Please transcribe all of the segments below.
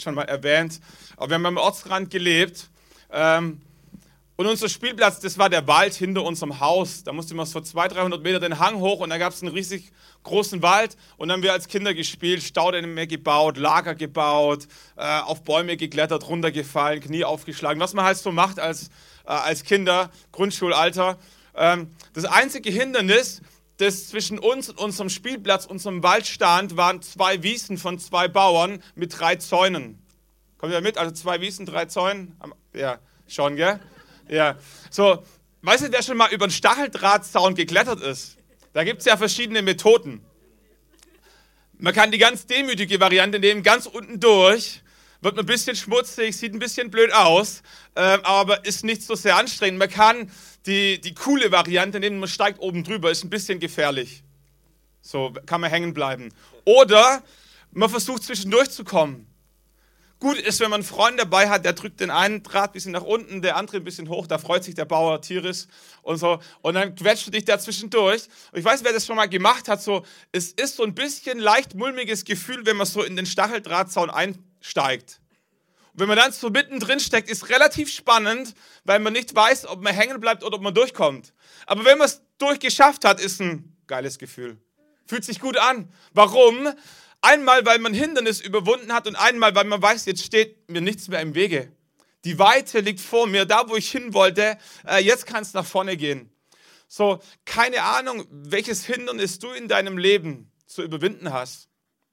schon mal erwähnt, aber wir haben am Ortsrand gelebt und unser Spielplatz, das war der Wald hinter unserem Haus. Da musste man so 200-300 Meter den Hang hoch und da gab es einen riesig großen Wald und dann haben wir als Kinder gespielt, Staudämme gebaut, Lager gebaut, auf Bäume geklettert, runtergefallen, Knie aufgeschlagen, was man halt so macht als Kinder, Grundschulalter. Das einzige Hindernis, das zwischen uns und unserem Spielplatz, unserem Wald stand, waren 2 Wiesen von 2 Bauern mit 3 Zäunen. Kommt ihr mit? Also 2 Wiesen, 3 Zäunen? Ja, schon, gell? Ja. So, weißt du, wer schon mal über einen Stacheldrahtzaun geklettert ist? Da gibt es ja verschiedene Methoden. Man kann die ganz demütige Variante nehmen, ganz unten durch. Wird ein bisschen schmutzig, sieht ein bisschen blöd aus, aber ist nicht so sehr anstrengend. Man kann die coole Variante nehmen, man steigt oben drüber, ist ein bisschen gefährlich. So kann man hängen bleiben. Oder man versucht zwischendurch zu kommen. Gut ist, wenn man einen Freund dabei hat, der drückt den einen Draht ein bisschen nach unten, der andere ein bisschen hoch, da freut sich der Bauer tierisch und so. Und dann quetscht du dich da zwischendurch. Und ich weiß, wer das schon mal gemacht hat, so, es ist so ein bisschen leicht mulmiges Gefühl, wenn man so in den Stacheldrahtzaun einsteigt. Und wenn man dann so mittendrin steckt, ist relativ spannend, weil man nicht weiß, ob man hängen bleibt oder ob man durchkommt. Aber wenn man es durchgeschafft hat, ist ein geiles Gefühl. Fühlt sich gut an. Warum? Einmal, weil man Hindernis überwunden hat und einmal, weil man weiß, jetzt steht mir nichts mehr im Wege. Die Weite liegt vor mir, da wo ich hin wollte, jetzt kann es nach vorne gehen. So, keine Ahnung, welches Hindernis du in deinem Leben zu überwinden hast.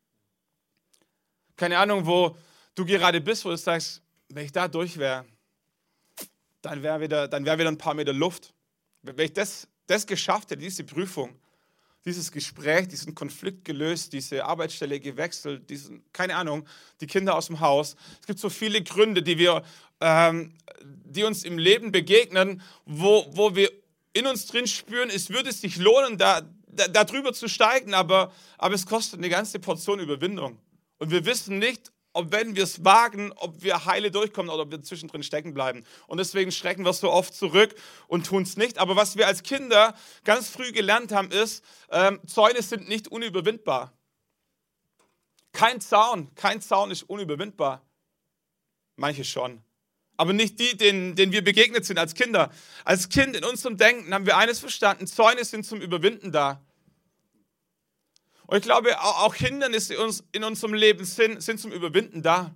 Keine Ahnung, wo du gerade bist, wo du sagst, wenn ich da durch wäre, dann wäre wieder ein paar Meter Luft. Wenn ich das geschafft hätte, diese Prüfung, dieses Gespräch, diesen Konflikt gelöst, diese Arbeitsstelle gewechselt, keine Ahnung, die Kinder aus dem Haus. Es gibt so viele Gründe, die uns im Leben begegnen, wo wir in uns drin spüren, es würde sich lohnen, da drüber zu steigen, aber es kostet eine ganze Portion Überwindung. Und wir wissen nicht, ob wenn wir es wagen, ob wir heile durchkommen oder ob wir zwischendrin stecken bleiben. Und deswegen schrecken wir so oft zurück und tun es nicht. Aber was wir als Kinder ganz früh gelernt haben, ist, Zäune sind nicht unüberwindbar. Kein Zaun ist unüberwindbar. Manche schon. Aber nicht die, denen wir begegnet sind als Kinder. Als Kind in unserem Denken haben wir eines verstanden, Zäune sind zum Überwinden da. Und ich glaube, auch Hindernisse in unserem Leben sind zum Überwinden da.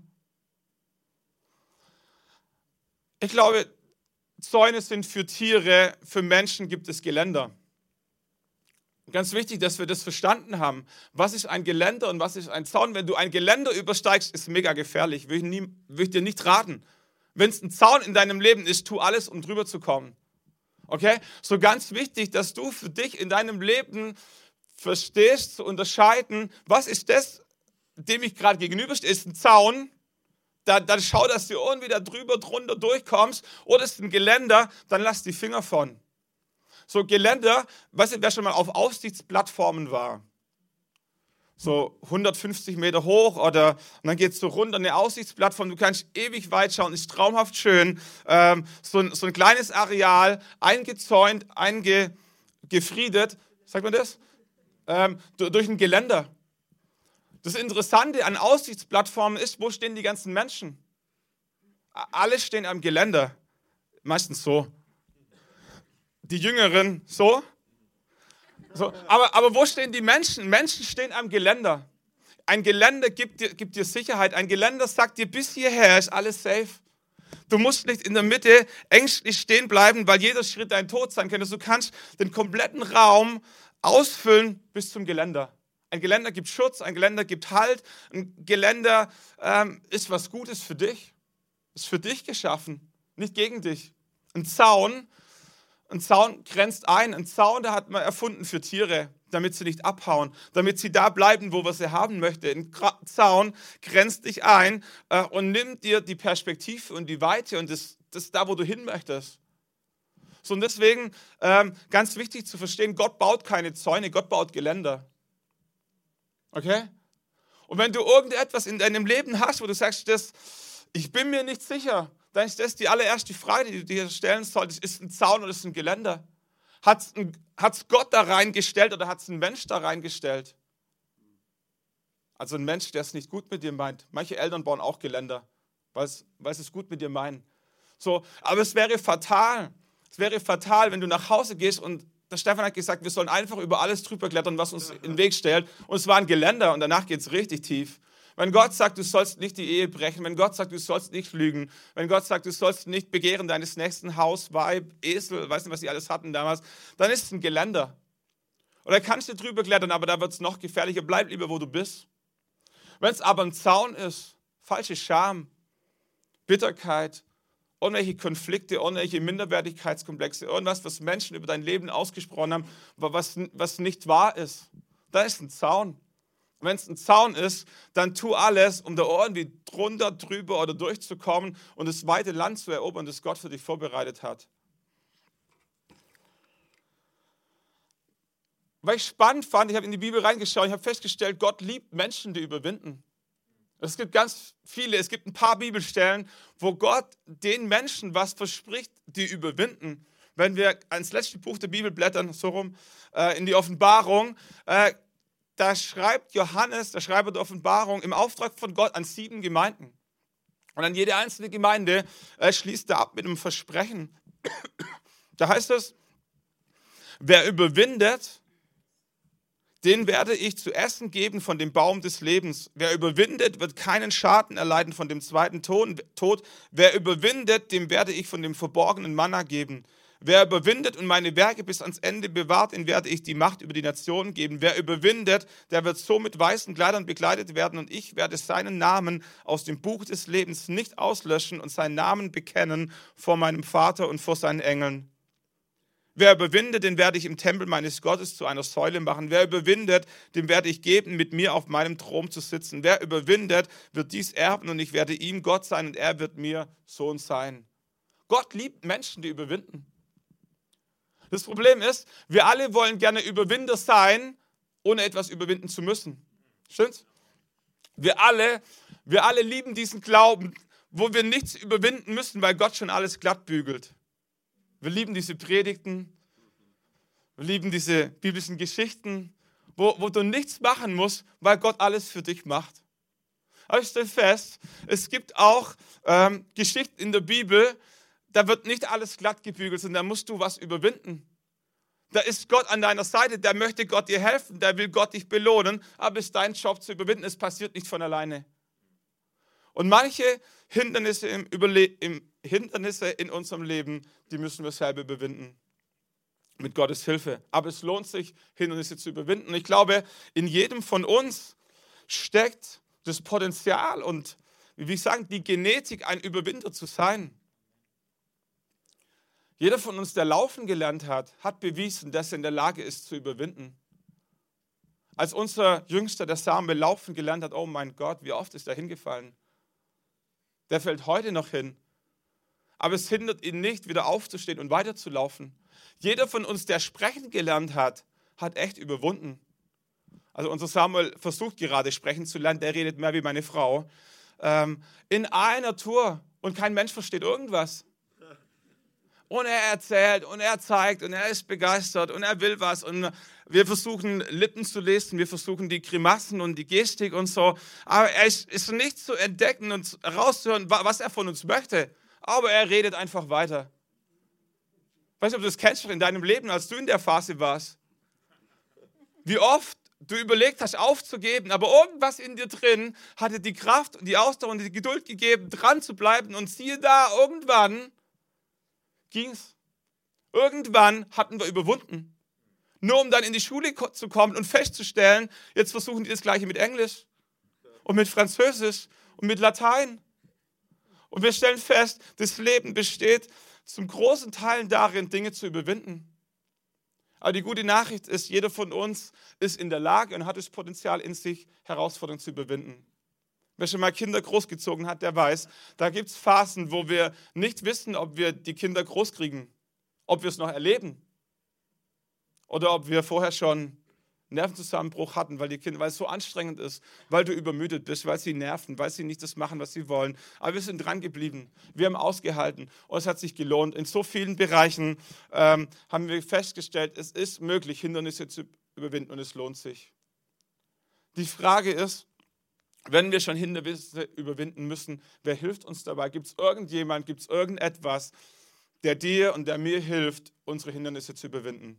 Ich glaube, Zäune sind für Tiere, für Menschen gibt es Geländer. Ganz wichtig, dass wir das verstanden haben. Was ist ein Geländer und was ist ein Zaun? Wenn du ein Geländer übersteigst, ist mega gefährlich. Will ich dir nicht raten. Wenn es ein Zaun in deinem Leben ist, tu alles, um drüber zu kommen. Okay? So ganz wichtig, dass du für dich in deinem Leben verstehst, zu unterscheiden, was ist das, dem ich gerade gegenüberstehe, ist ein Zaun, dann schau, dass du irgendwie da drüber, drunter durchkommst, oder ist ein Geländer, dann lass die Finger von. So Geländer, weißt du, wer schon mal auf Aussichtsplattformen war? So 150 Meter hoch und dann geht es so runter, eine Aussichtsplattform, du kannst ewig weit schauen, ist traumhaft schön, so ein kleines Areal, eingezäunt, eingefriedet, sagt man das? Durch ein Geländer. Das Interessante an Aussichtsplattformen ist, wo stehen die ganzen Menschen? Alle stehen am Geländer. Meistens so. Die Jüngeren so. Aber wo stehen die Menschen? Menschen stehen am Geländer. Ein Geländer gibt dir Sicherheit. Ein Geländer sagt dir, bis hierher ist alles safe. Du musst nicht in der Mitte ängstlich stehen bleiben, weil jeder Schritt dein Tod sein könnte. Du kannst den kompletten Raum ausfüllen bis zum Geländer. Ein Geländer gibt Schutz, ein Geländer gibt Halt. Ein Geländer ist was Gutes für dich. Ist für dich geschaffen, nicht gegen dich. Ein Zaun grenzt ein. Ein Zaun, der hat man erfunden für Tiere, damit sie nicht abhauen, damit sie da bleiben, wo wir sie haben möchten. Ein Zaun grenzt dich ein und nimmt dir die Perspektive und die Weite und das da, wo du hin möchtest. So, und deswegen ganz wichtig zu verstehen, Gott baut keine Zäune, Gott baut Geländer. Okay? Und wenn du irgendetwas in deinem Leben hast, wo du sagst, ich bin mir nicht sicher, dann ist das die allererste Frage, die du dir stellen solltest, ist ein Zaun oder ist ein Geländer? Hat's Gott da reingestellt oder hat es ein Mensch da reingestellt? Also ein Mensch, der es nicht gut mit dir meint. Manche Eltern bauen auch Geländer, weil sie es gut mit dir meinen. So, aber es wäre fatal. Es wäre fatal, wenn du nach Hause gehst und der Stefan hat gesagt, wir sollen einfach über alles drüber klettern, was uns in den Weg stellt. Und es war ein Geländer und danach geht es richtig tief. Wenn Gott sagt, du sollst nicht die Ehe brechen, wenn Gott sagt, du sollst nicht lügen, wenn Gott sagt, du sollst nicht begehren deines nächsten Haus, Weib, Esel, weiß nicht, was sie alles hatten damals, dann ist es ein Geländer. Oder kannst du drüber klettern, aber da wird es noch gefährlicher. Bleib lieber, wo du bist. Wenn es aber ein Zaun ist, falsche Scham, Bitterkeit, irgendwelche Konflikte, irgendwelche Minderwertigkeitskomplexe, irgendwas, was Menschen über dein Leben ausgesprochen haben, was nicht wahr ist, da ist ein Zaun. Wenn es ein Zaun ist, dann tu alles, um da irgendwie drunter, drüber oder durchzukommen und das weite Land zu erobern, das Gott für dich vorbereitet hat. Was ich spannend fand, ich habe in die Bibel reingeschaut, ich habe festgestellt, Gott liebt Menschen, die überwinden. Es gibt ganz viele, es gibt ein paar Bibelstellen, wo Gott den Menschen was verspricht, die überwinden. Wenn wir ans letzte Buch der Bibel blättern, so rum, in die Offenbarung, da schreibt Johannes, der Schreiber der Offenbarung, im Auftrag von Gott an 7 Gemeinden. Und an jede einzelne Gemeinde schließt er ab mit einem Versprechen. Da heißt es, wer überwindet, den werde ich zu essen geben von dem Baum des Lebens. Wer überwindet, wird keinen Schaden erleiden von dem zweiten Tod. Wer überwindet, dem werde ich von dem verborgenen Manna geben. Wer überwindet und meine Werke bis ans Ende bewahrt, dem werde ich die Macht über die Nationen geben. Wer überwindet, der wird so mit weißen Kleidern bekleidet werden und ich werde seinen Namen aus dem Buch des Lebens nicht auslöschen und seinen Namen bekennen vor meinem Vater und vor seinen Engeln. Wer überwindet, den werde ich im Tempel meines Gottes zu einer Säule machen. Wer überwindet, dem werde ich geben, mit mir auf meinem Thron zu sitzen. Wer überwindet, wird dies erben und ich werde ihm Gott sein und er wird mir Sohn sein. Gott liebt Menschen, die überwinden. Das Problem ist, wir alle wollen gerne Überwinder sein, ohne etwas überwinden zu müssen. Stimmt's? Wir alle lieben diesen Glauben, wo wir nichts überwinden müssen, weil Gott schon alles glatt bügelt. Wir lieben diese Predigten, wir lieben diese biblischen Geschichten, wo du nichts machen musst, weil Gott alles für dich macht. Aber ich stelle fest, es gibt auch Geschichten in der Bibel, da wird nicht alles glatt gebügelt, sondern da musst du was überwinden. Da ist Gott an deiner Seite, der möchte Gott dir helfen, der will Gott dich belohnen, aber es ist dein Job zu überwinden, es passiert nicht von alleine. Und manche Hindernisse in unserem Leben, die müssen wir selber überwinden. Mit Gottes Hilfe. Aber es lohnt sich, Hindernisse zu überwinden. Und ich glaube, in jedem von uns steckt das Potenzial und, wie ich sagen, die Genetik, ein Überwinder zu sein. Jeder von uns, der laufen gelernt hat, hat bewiesen, dass er in der Lage ist, zu überwinden. Als unser Jüngster, der Samuel, laufen gelernt hat, oh mein Gott, wie oft ist er hingefallen? Der fällt heute noch hin. Aber es hindert ihn nicht, wieder aufzustehen und weiterzulaufen. Jeder von uns, der sprechen gelernt hat, hat echt überwunden. Also unser Samuel versucht gerade sprechen zu lernen, der redet mehr wie meine Frau. In einer Tour und kein Mensch versteht irgendwas. Und er erzählt und er zeigt und er ist begeistert und er will was. Und wir versuchen Lippen zu lesen, wir versuchen die Grimassen und die Gestik und so. Aber er ist nicht zu entdecken und herauszuhören, was er von uns möchte. Aber er redet einfach weiter. Ich weiß nicht, ob du das kennst in deinem Leben, als du in der Phase warst. Wie oft du überlegt hast, aufzugeben, aber irgendwas in dir drin hatte die Kraft und die Ausdauer und die Geduld gegeben, dran zu bleiben. Und siehe da, irgendwann ging's. Irgendwann hatten wir überwunden. Nur um dann in die Schule zu kommen und festzustellen, jetzt versuchen die das Gleiche mit Englisch und mit Französisch und mit Latein. Und wir stellen fest, das Leben besteht zum großen Teil darin, Dinge zu überwinden. Aber die gute Nachricht ist, jeder von uns ist in der Lage und hat das Potenzial in sich, Herausforderungen zu überwinden. Wer schon mal Kinder großgezogen hat, der weiß, da gibt es Phasen, wo wir nicht wissen, ob wir die Kinder großkriegen, ob wir es noch erleben oder ob wir vorher schon Nervenzusammenbruch hatten, weil es so anstrengend ist, weil du übermüdet bist, weil sie nerven, weil sie nicht das machen, was sie wollen. Aber wir sind dran geblieben, wir haben ausgehalten und es hat sich gelohnt. In so vielen Bereichen haben wir festgestellt, es ist möglich, Hindernisse zu überwinden und es lohnt sich. Die Frage ist, wenn wir schon Hindernisse überwinden müssen, wer hilft uns dabei? Gibt es irgendjemand, gibt es irgendetwas, der dir und der mir hilft, unsere Hindernisse zu überwinden?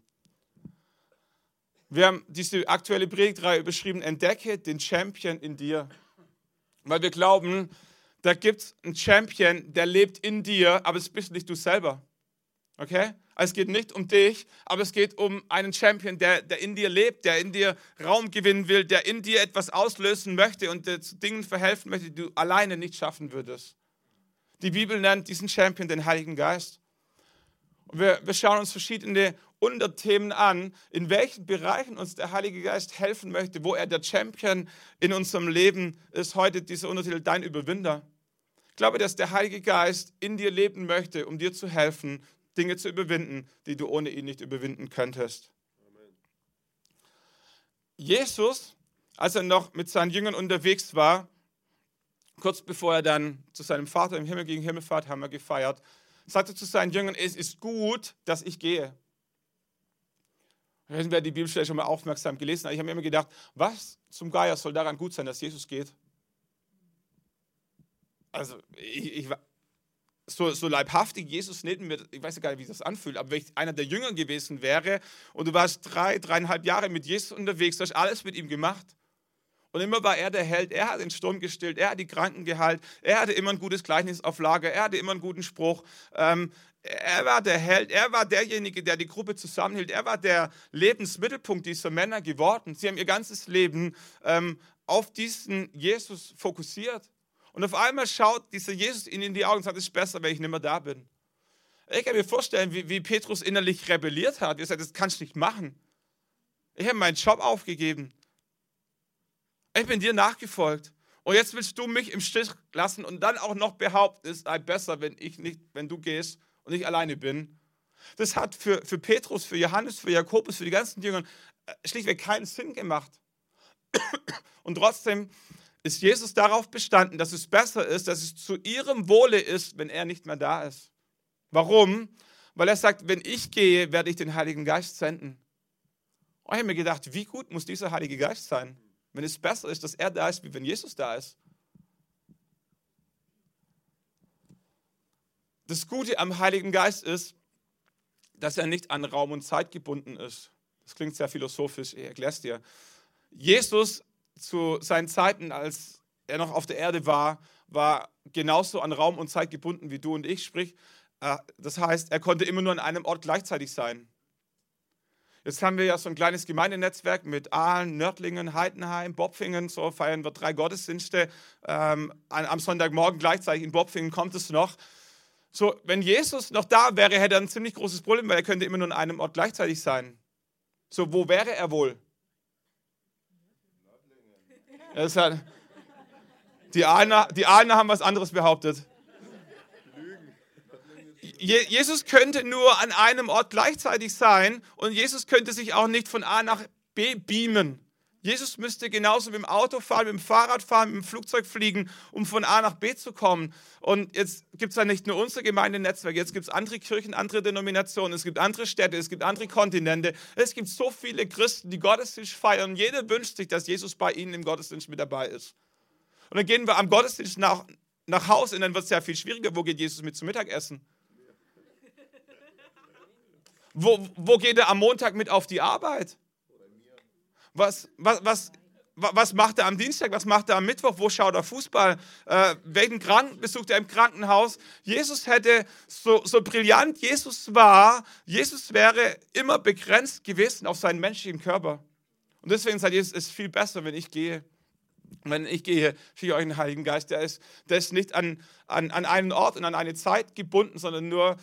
Wir haben diese aktuelle Predigtreihe überschrieben, entdecke den Champion in dir. Weil wir glauben, da gibt es einen Champion, der lebt in dir, aber es bist nicht du selber. Okay? Also es geht nicht um dich, aber es geht um einen Champion, der in dir lebt, der in dir Raum gewinnen will, der in dir etwas auslösen möchte und der zu Dingen verhelfen möchte, die du alleine nicht schaffen würdest. Die Bibel nennt diesen Champion den Heiligen Geist. Und wir schauen uns verschiedene Unterthemen an, in welchen Bereichen uns der Heilige Geist helfen möchte, wo er der Champion in unserem Leben ist. Heute dieser Untertitel, dein Überwinder. Ich glaube, dass der Heilige Geist in dir leben möchte, um dir zu helfen, Dinge zu überwinden, die du ohne ihn nicht überwinden könntest. Amen. Jesus, als er noch mit seinen Jüngern unterwegs war, kurz bevor er dann zu seinem Vater im Himmel ging, Himmelfahrt haben wir gefeiert, sagte zu seinen Jüngern, es ist gut, dass ich gehe. Wer die Bibelstelle schon mal aufmerksam gelesen hat, ich habe mir immer gedacht, was zum Geier soll daran gut sein, dass Jesus geht? Also, so leibhaftig Jesus neben mir, ich weiß ja gar nicht, wie das anfühlt, aber wenn ich einer der Jünger gewesen wäre und du warst 3,5 Jahre mit Jesus unterwegs, du hast alles mit ihm gemacht. Und immer war er der Held, er hat den Sturm gestillt, er hat die Kranken geheilt, er hatte immer ein gutes Gleichnis auf Lager, er hatte immer einen guten Spruch. Er war der Held, er war derjenige, der die Gruppe zusammenhielt, er war der Lebensmittelpunkt dieser Männer geworden. Sie haben ihr ganzes Leben auf diesen Jesus fokussiert. Und auf einmal schaut dieser Jesus ihnen in die Augen und sagt, es ist besser, wenn ich nicht mehr da bin. Ich kann mir vorstellen, wie Petrus innerlich rebelliert hat. Er sagt, das kannst du nicht machen. Ich habe meinen Job aufgegeben. Ich bin dir nachgefolgt. Und jetzt willst du mich im Stich lassen und dann auch noch behaupten, es sei besser, wenn du gehst und ich alleine bin. Das hat für Petrus, für Johannes, für Jakobus, für die ganzen Jünger schlichtweg keinen Sinn gemacht. Und trotzdem ist Jesus darauf bestanden, dass es besser ist, dass es zu ihrem Wohle ist, wenn er nicht mehr da ist. Warum? Weil er sagt, wenn ich gehe, werde ich den Heiligen Geist senden. Und ich habe mir gedacht, wie gut muss dieser Heilige Geist sein, wenn es besser ist, dass er da ist, wie wenn Jesus da ist. Das Gute am Heiligen Geist ist, dass er nicht an Raum und Zeit gebunden ist. Das klingt sehr philosophisch, ich erkläre es dir. Jesus zu seinen Zeiten, als er noch auf der Erde war genauso an Raum und Zeit gebunden wie du und ich. Sprich, das heißt, er konnte immer nur an einem Ort gleichzeitig sein. Jetzt haben wir ja so ein kleines Gemeindenetzwerk mit Aalen, Nördlingen, Heidenheim, Bopfingen. So feiern wir 3 Gottesdienste am Sonntagmorgen gleichzeitig. In Bopfingen kommt es noch. So, wenn Jesus noch da wäre, hätte er ein ziemlich großes Problem, weil er könnte immer nur an einem Ort gleichzeitig sein. So, wo wäre er wohl? Die Aalener haben was anderes behauptet. Jesus könnte nur an einem Ort gleichzeitig sein und Jesus könnte sich auch nicht von A nach B beamen. Jesus müsste genauso mit dem Auto fahren, mit dem Fahrrad fahren, mit dem Flugzeug fliegen, um von A nach B zu kommen. Und jetzt gibt es ja nicht nur unser Gemeindenetzwerk, jetzt gibt es andere Kirchen, andere Denominationen, es gibt andere Städte, es gibt andere Kontinente. Es gibt so viele Christen, die Gottesdienst feiern und jeder wünscht sich, dass Jesus bei ihnen im Gottesdienst mit dabei ist. Und dann gehen wir am Gottesdienst nach Hause und dann wird es ja viel schwieriger. Wo geht Jesus mit zum Mittagessen? Wo geht er am Montag mit auf die Arbeit? Was macht er am Dienstag? Was macht er am Mittwoch? Wo schaut er Fußball? Welchen Kranken besucht er im Krankenhaus? Jesus hätte, so brillant Jesus war, Jesus wäre immer begrenzt gewesen auf seinen menschlichen Körper. Und deswegen sagt Jesus, es ist viel besser, wenn ich gehe. Wenn ich gehe, schicke ich euch den Heiligen Geist. Der ist nicht an einen Ort und an eine Zeit gebunden, sondern nur,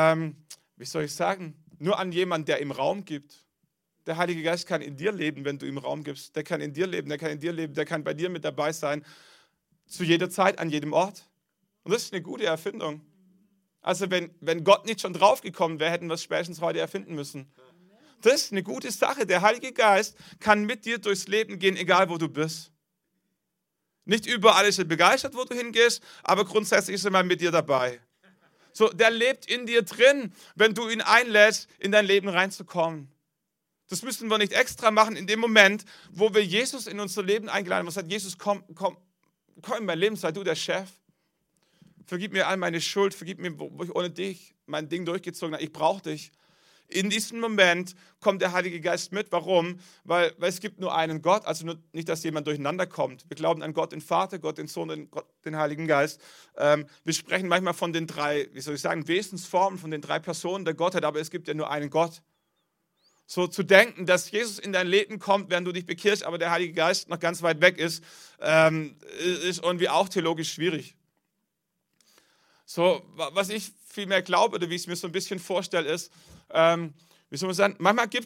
nur an jemanden, der ihm Raum gibt. Der Heilige Geist kann in dir leben, wenn du ihm Raum gibst. Der kann in dir leben, der kann in dir leben, der kann bei dir mit dabei sein. Zu jeder Zeit, an jedem Ort. Und das ist eine gute Erfindung. Also wenn Gott nicht schon draufgekommen wäre, hätten wir es spätestens heute erfinden müssen. Das ist eine gute Sache. Der Heilige Geist kann mit dir durchs Leben gehen, egal wo du bist. Nicht überall ist er begeistert, wo du hingehst, aber grundsätzlich ist er mal mit dir dabei. So, der lebt in dir drin, wenn du ihn einlädst, in dein Leben reinzukommen. Das müssen wir nicht extra machen in dem Moment, wo wir Jesus in unser Leben eingeladen haben. Was sagt Jesus, komm komm in mein Leben, sei du der Chef. Vergib mir all meine Schuld, vergib mir, wo ich ohne dich mein Ding durchgezogen habe. Ich brauche dich. In diesem Moment kommt der Heilige Geist mit. Warum? Weil es gibt nur einen Gott, also nicht, dass jemand durcheinander kommt. Wir glauben an Gott den Vater, Gott den Sohn, den Heiligen Geist. Wir sprechen manchmal von den drei, Wesensformen, von den drei Personen der Gottheit, aber es gibt ja nur einen Gott. So zu denken, dass Jesus in dein Leben kommt, während du dich bekehrst, aber der Heilige Geist noch ganz weit weg ist irgendwie auch theologisch schwierig. So, was ich vielmehr glaube, oder wie ich es mir so ein bisschen vorstelle, ist, wie soll man sagen,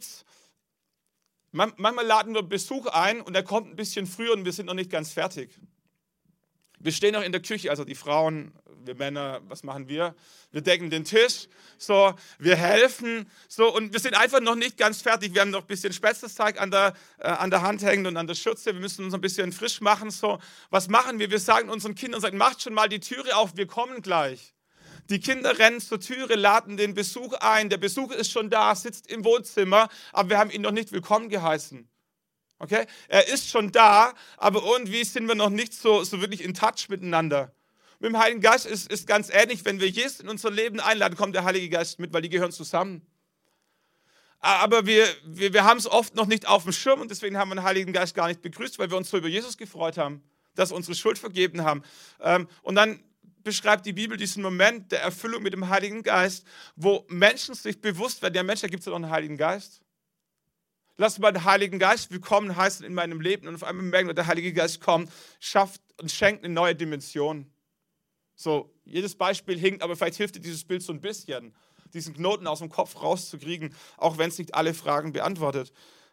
manchmal laden wir Besuch ein und er kommt ein bisschen früher und wir sind noch nicht ganz fertig. Wir stehen noch in der Küche, also die Frauen, wir Männer, was machen wir? Wir decken den Tisch, so, wir helfen, so, und wir sind einfach noch nicht ganz fertig. Wir haben noch ein bisschen Spätzleteig an der Hand hängen und an der Schürze. Wir müssen uns ein bisschen frisch machen, so. Was machen wir? Wir sagen unseren Kindern, macht schon mal die Türe auf, wir kommen gleich. Die Kinder rennen zur Türe, laden den Besuch ein. Der Besuch ist schon da, sitzt im Wohnzimmer, aber wir haben ihn noch nicht willkommen geheißen. Okay? Er ist schon da, aber irgendwie sind wir noch nicht so wirklich in Touch miteinander. Mit dem Heiligen Geist ist ganz ähnlich. Wenn wir Jesus in unser Leben einladen, kommt der Heilige Geist mit, weil die gehören zusammen. Aber wir haben es oft noch nicht auf dem Schirm und deswegen haben wir den Heiligen Geist gar nicht begrüßt, weil wir uns so über Jesus gefreut haben, dass wir unsere Schuld vergeben haben. Und dann beschreibt die Bibel diesen Moment der Erfüllung mit dem Heiligen Geist, wo Menschen sich bewusst werden, ja Mensch, da gibt es ja noch einen Heiligen Geist. Lass mal den Heiligen Geist willkommen heißen in meinem Leben und auf einmal merken wir, der Heilige Geist kommt, schafft und schenkt eine neue Dimension. So, jedes Beispiel hinkt, aber vielleicht hilft dir dieses Bild so ein bisschen, diesen Knoten aus dem Kopf rauszukriegen, auch wenn es nicht alle Fragen beantwortet.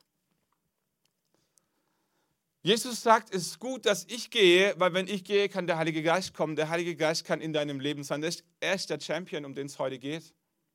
Jesus sagt, es ist gut, dass ich gehe, weil wenn ich gehe, kann der Heilige Geist kommen. Der Heilige Geist kann in deinem Leben sein. Er ist der Champion, um den es heute geht.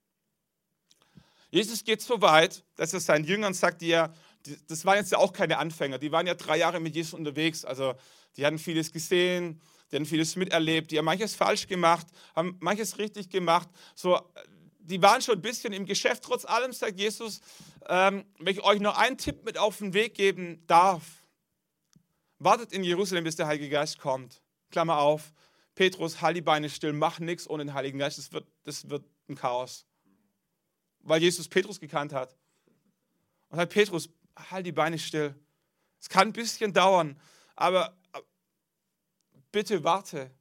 Jesus geht so weit, dass er seinen Jüngern sagt, das waren jetzt ja auch keine Anfänger, die waren ja 3 Jahre mit Jesus unterwegs, also die hatten vieles gesehen, die haben vieles miterlebt, die haben manches falsch gemacht, haben manches richtig gemacht, so, die waren schon ein bisschen im Geschäft. Trotz allem sagt Jesus, wenn ich euch noch einen Tipp mit auf den Weg geben darf, wartet in Jerusalem, bis der Heilige Geist kommt. Klammer auf, Petrus, halt die Beine still, mach nichts ohne den Heiligen Geist, das wird ein Chaos. Weil Jesus Petrus gekannt hat. Und sagt, Petrus, halt die Beine still. Es kann ein bisschen dauern, aber bitte warte.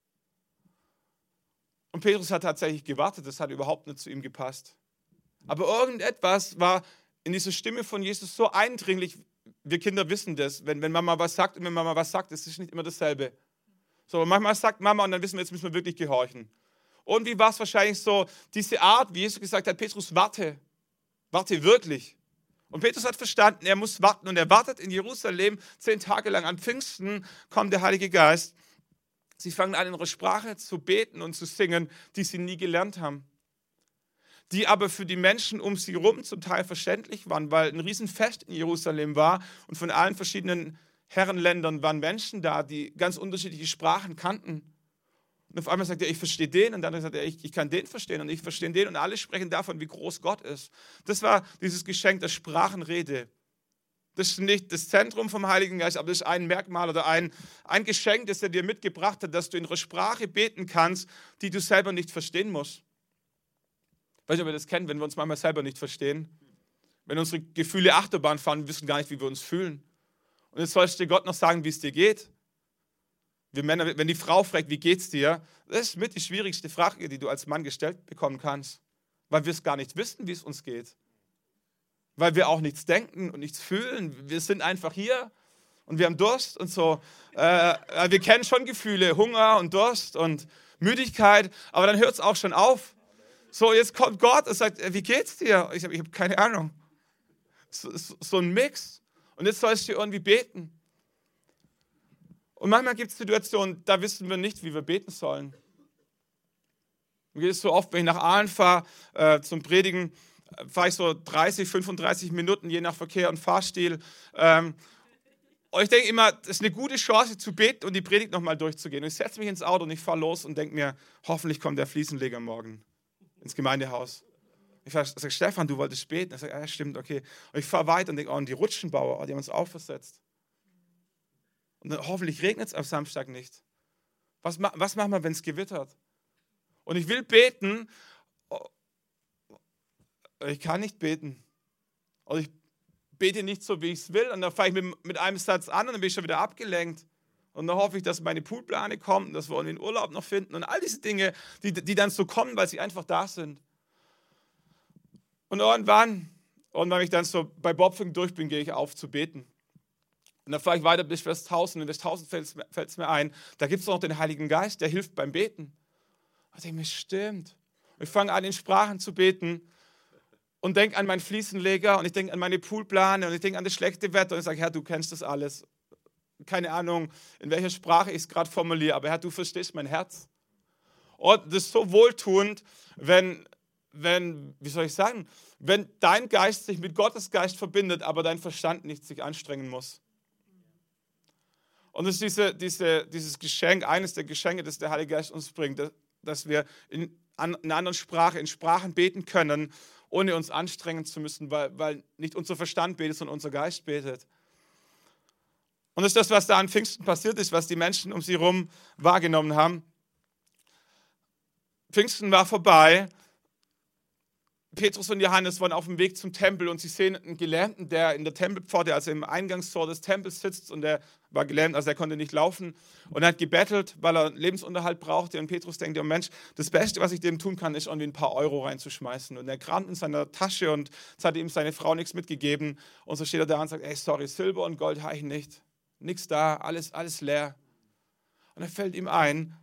Und Petrus hat tatsächlich gewartet, das hat überhaupt nicht zu ihm gepasst. Aber irgendetwas war in dieser Stimme von Jesus so eindringlich, wir Kinder wissen das, wenn Mama was sagt und wenn Mama was sagt, ist es nicht immer dasselbe. So, manchmal sagt Mama und dann wissen wir, jetzt müssen wir wirklich gehorchen. Und wie war es wahrscheinlich so, diese Art, wie Jesus gesagt hat, Petrus, warte wirklich. Und Petrus hat verstanden, er muss warten und er wartet in Jerusalem 10 Tage lang. An Pfingsten kommt der Heilige Geist. Sie fangen an, in ihrer Sprache zu beten und zu singen, die sie nie gelernt haben. Die aber für die Menschen um sie herum zum Teil verständlich waren, weil ein Riesenfest in Jerusalem war und von allen verschiedenen Herrenländern waren Menschen da, die ganz unterschiedliche Sprachen kannten. Und auf einmal sagt er, ich verstehe den, und dann sagt er, ich kann den verstehen und ich verstehe den, und alle sprechen davon, wie groß Gott ist. Das war dieses Geschenk der Sprachenrede. Das ist nicht das Zentrum vom Heiligen Geist, aber das ist ein Merkmal oder ein Geschenk, das er dir mitgebracht hat, dass du in einer Sprache beten kannst, die du selber nicht verstehen musst. Ich weiß nicht, ob wir das kennen, wenn wir uns manchmal selber nicht verstehen. Wenn unsere Gefühle Achterbahn fahren, wir wissen gar nicht, wie wir uns fühlen. Und jetzt sollst du dir Gott noch sagen, wie es dir geht. Wir Männer, wenn die Frau fragt, wie geht's dir, das ist mit die schwierigste Frage, die du als Mann gestellt bekommen kannst. Weil wir es gar nicht wissen, wie es uns geht. Weil wir auch nichts denken und nichts fühlen. Wir sind einfach hier und wir haben Durst und so. Wir kennen schon Gefühle, Hunger und Durst und Müdigkeit, aber dann hört es auch schon auf. So, jetzt kommt Gott und sagt, wie geht's dir? Ich habe keine Ahnung. So ein Mix. Und jetzt sollst du irgendwie beten. Und manchmal gibt es Situationen, da wissen wir nicht, wie wir beten sollen. Mir geht es so oft, wenn ich nach Aalen fahre zum Predigen, fahre ich so 30, 35 Minuten, je nach Verkehr und Fahrstil. Und ich denke immer, das ist eine gute Chance zu beten und die Predigt nochmal durchzugehen. Und ich setze mich ins Auto und ich fahre los und denke mir, hoffentlich kommt der Fliesenleger morgen ins Gemeindehaus. Ich sage, Stefan, du wolltest beten. Ich sage, ja, stimmt, okay. Und ich fahre weiter und denke, und die Rutschenbauer, die haben uns auch versetzt. Und dann hoffentlich regnet es am Samstag nicht. Was machen wir, wenn es gewittert? Und ich will beten, ich kann nicht beten. Oder ich bete nicht so, wie ich es will. Und dann fange ich mit einem Satz an und dann bin ich schon wieder abgelenkt. Und dann hoffe ich, dass meine Poolplane kommt und dass wir den Urlaub noch finden. Und all diese Dinge, die dann so kommen, weil sie einfach da sind. Und irgendwann, wenn ich dann so bei Bopfing durch bin, gehe ich auf zu beten. Und dann fahre ich weiter bis Westhausen. Und in Westhausen fällt es mir ein, da gibt es noch den Heiligen Geist, der hilft beim Beten. Und ich denke mir, stimmt. Und ich fange an, in Sprachen zu beten und denke an meinen Fliesenleger und ich denke an meine Poolplane und ich denke an das schlechte Wetter und ich sage, Herr, du kennst das alles. Keine Ahnung, in welcher Sprache ich es gerade formuliere, aber Herr, du verstehst mein Herz. Und das ist so wohltuend, wenn, wie soll ich sagen, wenn dein Geist sich mit Gottes Geist verbindet, aber dein Verstand nicht sich anstrengen muss. Und das ist dieses Geschenk, eines der Geschenke, das der Heilige Geist uns bringt, dass wir in einer anderen Sprache, in Sprachen beten können, ohne uns anstrengen zu müssen, weil nicht unser Verstand betet, sondern unser Geist betet. Und das ist das, was da an Pfingsten passiert ist, was die Menschen um sie herum wahrgenommen haben. Pfingsten war vorbei. Petrus und Johannes waren auf dem Weg zum Tempel und sie sehen einen Gelähmten, der in der Tempelpforte, also im Eingangstor des Tempels sitzt und der war gelähmt, also er konnte nicht laufen und er hat gebettelt, weil er Lebensunterhalt brauchte und Petrus denkt, oh Mensch, das Beste, was ich dem tun kann, ist irgendwie ein paar Euro reinzuschmeißen und er kramt in seiner Tasche und es hat ihm seine Frau nichts mitgegeben und so steht er da und sagt, ey, sorry, Silber und Gold habe ich nicht, nichts da, alles leer. Und dann fällt ihm ein,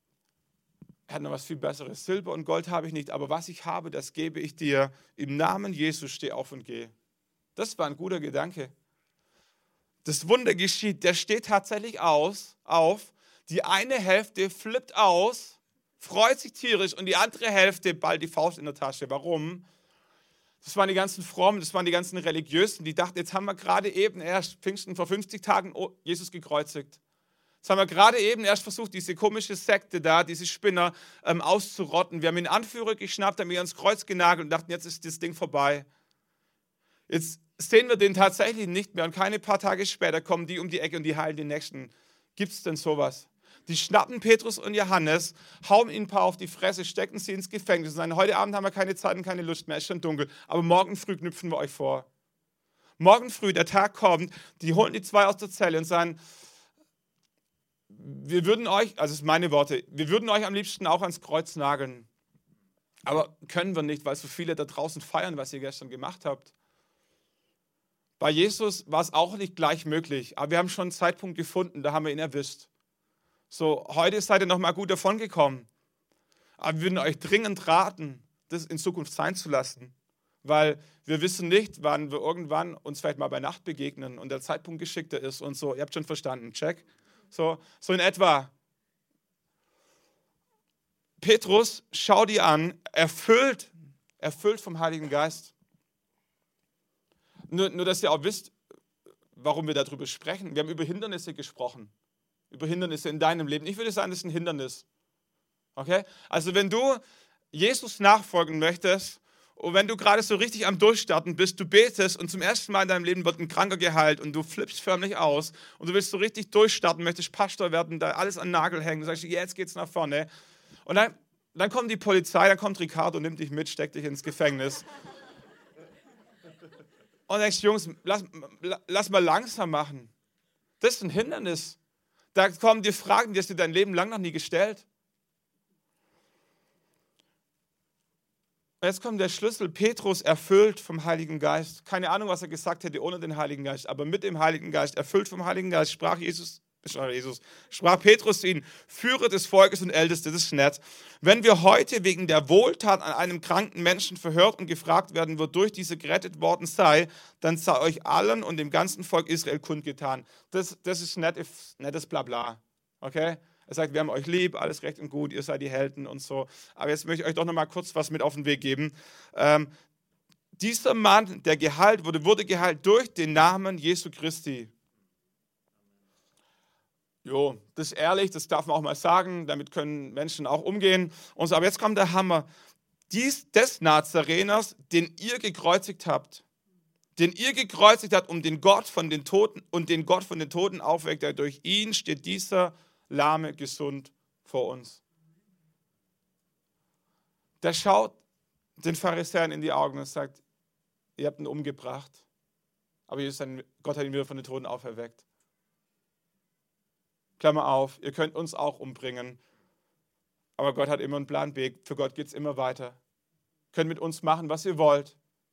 er hat noch was viel Besseres. Silber und Gold habe ich nicht, aber was ich habe, das gebe ich dir. Im Namen Jesus steh auf und geh. Das war ein guter Gedanke. Das Wunder geschieht, der steht tatsächlich auf. Die eine Hälfte flippt aus, freut sich tierisch und die andere Hälfte ballt die Faust in der Tasche. Warum? Das waren die ganzen Frommen, das waren die ganzen Religiösen, die dachten, jetzt haben wir gerade eben erst Pfingsten vor 50 Tagen Jesus gekreuzigt. Jetzt haben wir gerade eben erst versucht, diese komische Sekte da, diese Spinner auszurotten. Wir haben den Anführer geschnappt, haben ihn ans Kreuz genagelt und dachten, jetzt ist das Ding vorbei. Jetzt sehen wir den tatsächlich nicht mehr und keine paar Tage später kommen die um die Ecke und die heilen den Nächsten. Gibt es denn sowas? Die schnappen Petrus und Johannes, hauen ihnen ein paar auf die Fresse, stecken sie ins Gefängnis und sagen, heute Abend haben wir keine Zeit und keine Lust mehr, ist schon dunkel, aber morgen früh knüpfen wir euch vor. Morgen früh, der Tag kommt, die holen die zwei aus der Zelle und sagen, wir würden euch, also das sind meine Worte, wir würden euch am liebsten auch ans Kreuz nageln. Aber können wir nicht, weil so viele da draußen feiern, was ihr gestern gemacht habt. Bei Jesus war es auch nicht gleich möglich, aber wir haben schon einen Zeitpunkt gefunden, da haben wir ihn erwischt. So, heute seid ihr nochmal gut davon gekommen. Aber wir würden euch dringend raten, das in Zukunft sein zu lassen. Weil wir wissen nicht, wann wir irgendwann uns vielleicht mal bei Nacht begegnen und der Zeitpunkt geschickter ist und so. Ihr habt schon verstanden, check. So in etwa. Petrus, schau dir an, erfüllt vom Heiligen Geist. Nur, dass ihr auch wisst, warum wir darüber sprechen. Wir haben über Hindernisse gesprochen. Über Hindernisse in deinem Leben. Ich würde sagen, das ist ein Hindernis. Okay? Also wenn du Jesus nachfolgen möchtest und wenn du gerade so richtig am Durchstarten bist, du betest und zum ersten Mal in deinem Leben wird ein Kranker geheilt und du flippst förmlich aus und du willst so richtig durchstarten, möchtest Pastor werden, da alles an den Nagel hängen, du sagst, jetzt geht's nach vorne. Und dann kommt die Polizei, dann kommt Ricardo, nimmt dich mit, steckt dich ins Gefängnis. Und denkst, Jungs, lass mal langsam machen. Das ist ein Hindernis. Da kommen dir Fragen, die hast du dein Leben lang noch nie gestellt. Und jetzt kommt der Schlüssel, Petrus erfüllt vom Heiligen Geist. Keine Ahnung, was er gesagt hätte ohne den Heiligen Geist, aber mit dem Heiligen Geist, erfüllt vom Heiligen Geist, sprach Petrus zu ihnen, Führer des Volkes und Älteste, das ist nett. Wenn wir heute wegen der Wohltat an einem kranken Menschen verhört und gefragt werden, wodurch dieser gerettet worden sei, dann sei euch allen und dem ganzen Volk Israel kundgetan. Das ist nettes Blabla, okay? Er sagt, wir haben euch lieb, alles recht und gut, ihr seid die Helden und so. Aber jetzt möchte ich euch doch noch mal kurz was mit auf den Weg geben. Dieser Mann, der geheilt wurde geheilt durch den Namen Jesu Christi. Jo, das ist ehrlich, das darf man auch mal sagen, damit können Menschen auch umgehen. Und so, aber jetzt kommt der Hammer. Des Nazareners, den ihr gekreuzigt habt, den ihr gekreuzigt habt, um den Gott von den Toten und den Gott von den Toten aufweckt. Durch ihn steht dieser Lahme gesund vor uns. Der schaut den Pharisäern in die Augen und sagt, ihr habt ihn umgebracht, aber Gott hat ihn wieder von den Toten auferweckt. Klammer auf, ihr könnt uns auch umbringen, aber Gott hat immer einen Plan B. Für Gott geht es immer weiter. Ihr könnt mit uns machen, was ihr wollt.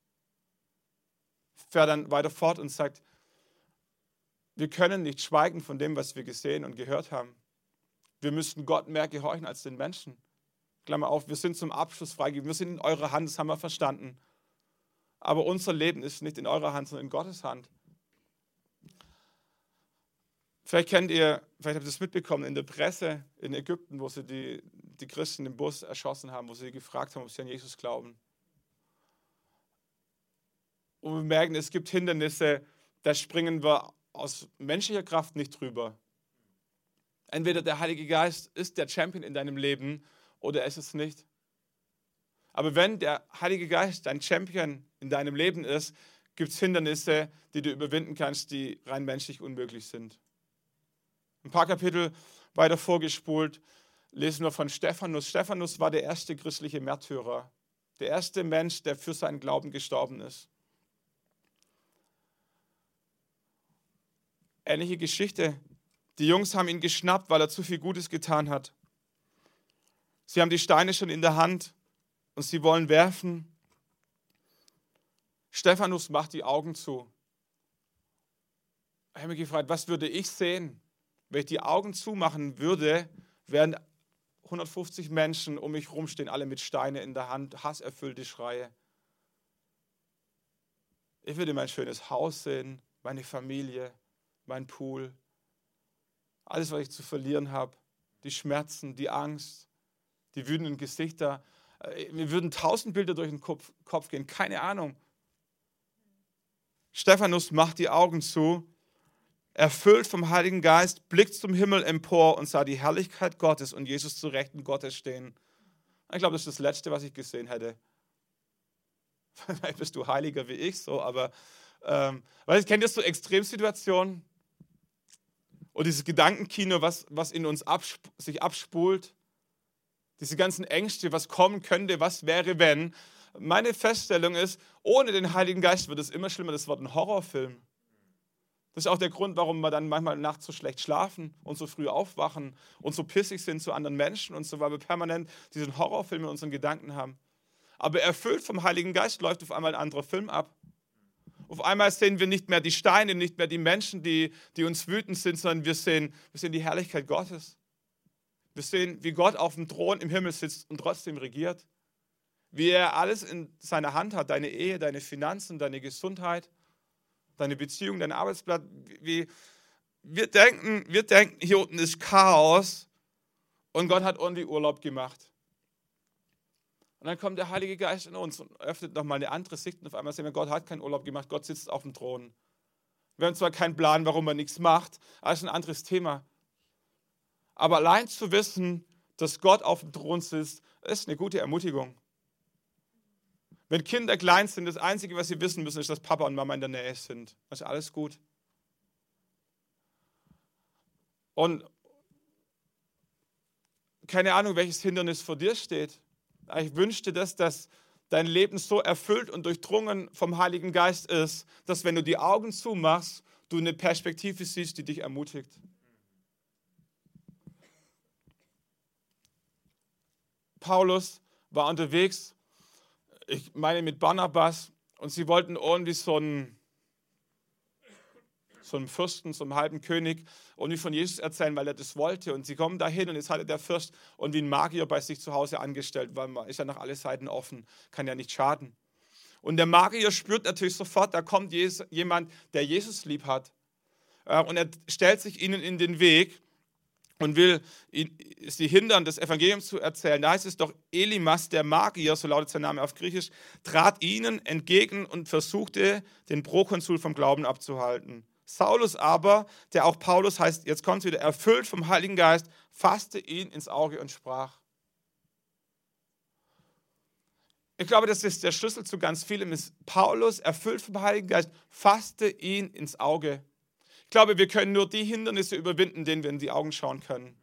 Fährt dann weiter fort und sagt, wir können nicht schweigen von dem, was wir gesehen und gehört haben. Wir müssten Gott mehr gehorchen als den Menschen. Klammer auf, wir sind zum Abschluss freigegeben. Wir sind in eurer Hand, das haben wir verstanden. Aber unser Leben ist nicht in eurer Hand, sondern in Gottes Hand. Vielleicht habt ihr das mitbekommen in der Presse in Ägypten, wo sie die Christen im Bus erschossen haben, wo sie gefragt haben, ob sie an Jesus glauben. Und wir merken, es gibt Hindernisse, da springen wir aus menschlicher Kraft nicht drüber. Entweder der Heilige Geist ist der Champion in deinem Leben oder er ist es nicht. Aber wenn der Heilige Geist dein Champion in deinem Leben ist, gibt es Hindernisse, die du überwinden kannst, die rein menschlich unmöglich sind. Ein paar Kapitel weiter vorgespult lesen wir von Stephanus. Stephanus war der erste christliche Märtyrer, der erste Mensch, der für seinen Glauben gestorben ist. Ähnliche Geschichte. Die Jungs haben ihn geschnappt, weil er zu viel Gutes getan hat. Sie haben die Steine schon in der Hand und sie wollen werfen. Stephanus macht die Augen zu. Ich habe mich gefragt, was würde ich sehen, wenn ich die Augen zumachen würde, während 150 Menschen um mich rumstehen, alle mit Steinen in der Hand, hasserfüllte Schreie. Ich würde mein schönes Haus sehen, meine Familie, mein Pool, alles, was ich zu verlieren habe, die Schmerzen, die Angst, die wütenden Gesichter. Mir würden 1000 Bilder durch den Kopf gehen, keine Ahnung. Stephanus macht die Augen zu, erfüllt vom Heiligen Geist, blickt zum Himmel empor und sah die Herrlichkeit Gottes und Jesus zu Rechten Gottes stehen. Ich glaube, das ist das Letzte, was ich gesehen hätte. Vielleicht bist du heiliger wie ich, so, aber kennt ihr so Extremsituationen? Und dieses Gedankenkino, was in uns sich abspult, diese ganzen Ängste, was kommen könnte, was wäre, wenn. Meine Feststellung ist, ohne den Heiligen Geist wird es immer schlimmer, das wird ein Horrorfilm. Das ist auch der Grund, warum wir dann manchmal nachts so schlecht schlafen und so früh aufwachen und so pissig sind zu anderen Menschen und so, weil wir permanent diesen Horrorfilm in unseren Gedanken haben. Aber erfüllt vom Heiligen Geist läuft auf einmal ein anderer Film ab. Auf einmal sehen wir nicht mehr die Steine, nicht mehr die Menschen, die uns wütend sind, sondern wir sehen die Herrlichkeit Gottes. Wir sehen, wie Gott auf dem Thron im Himmel sitzt und trotzdem regiert. Wie er alles in seiner Hand hat, deine Ehe, deine Finanzen, deine Gesundheit, deine Beziehung, dein Arbeitsplatz. Wir denken, hier unten ist Chaos und Gott hat ordentlich Urlaub gemacht. Und dann kommt der Heilige Geist in uns und öffnet nochmal eine andere Sicht und auf einmal sehen wir, Gott hat keinen Urlaub gemacht, Gott sitzt auf dem Thron. Wir haben zwar keinen Plan, warum er nichts macht, aber das ist ein anderes Thema. Aber allein zu wissen, dass Gott auf dem Thron sitzt, ist eine gute Ermutigung. Wenn Kinder klein sind, das Einzige, was sie wissen müssen, ist, dass Papa und Mama in der Nähe sind. Das ist alles gut. Und keine Ahnung, welches Hindernis vor dir steht. Ich wünschte, dass dein Leben so erfüllt und durchdrungen vom Heiligen Geist ist, dass wenn du die Augen zumachst, du eine Perspektive siehst, die dich ermutigt. Paulus war unterwegs, ich meine mit Barnabas, und sie wollten irgendwie so einen Fürsten, so einen halben König, irgendwie von Jesus erzählen, weil er das wollte. Und sie kommen dahin und jetzt hatte der Fürst irgendwie einen Magier bei sich zu Hause angestellt, weil man ist ja nach alle Seiten offen, kann ja nicht schaden. Und der Magier spürt natürlich sofort, da kommt jemand, der Jesus lieb hat. Und er stellt sich ihnen in den Weg und will sie hindern, das Evangelium zu erzählen. Da heißt es doch, Elimas, der Magier, so lautet sein Name auf Griechisch, trat ihnen entgegen und versuchte, den Prokonsul vom Glauben abzuhalten. Saulus aber, der auch Paulus heißt, jetzt kommt es wieder, erfüllt vom Heiligen Geist, fasste ihn ins Auge und sprach. Ich glaube, das ist der Schlüssel zu ganz vielem. Ist Paulus, erfüllt vom Heiligen Geist, fasste ihn ins Auge. Ich glaube, wir können nur die Hindernisse überwinden, denen wir in die Augen schauen können.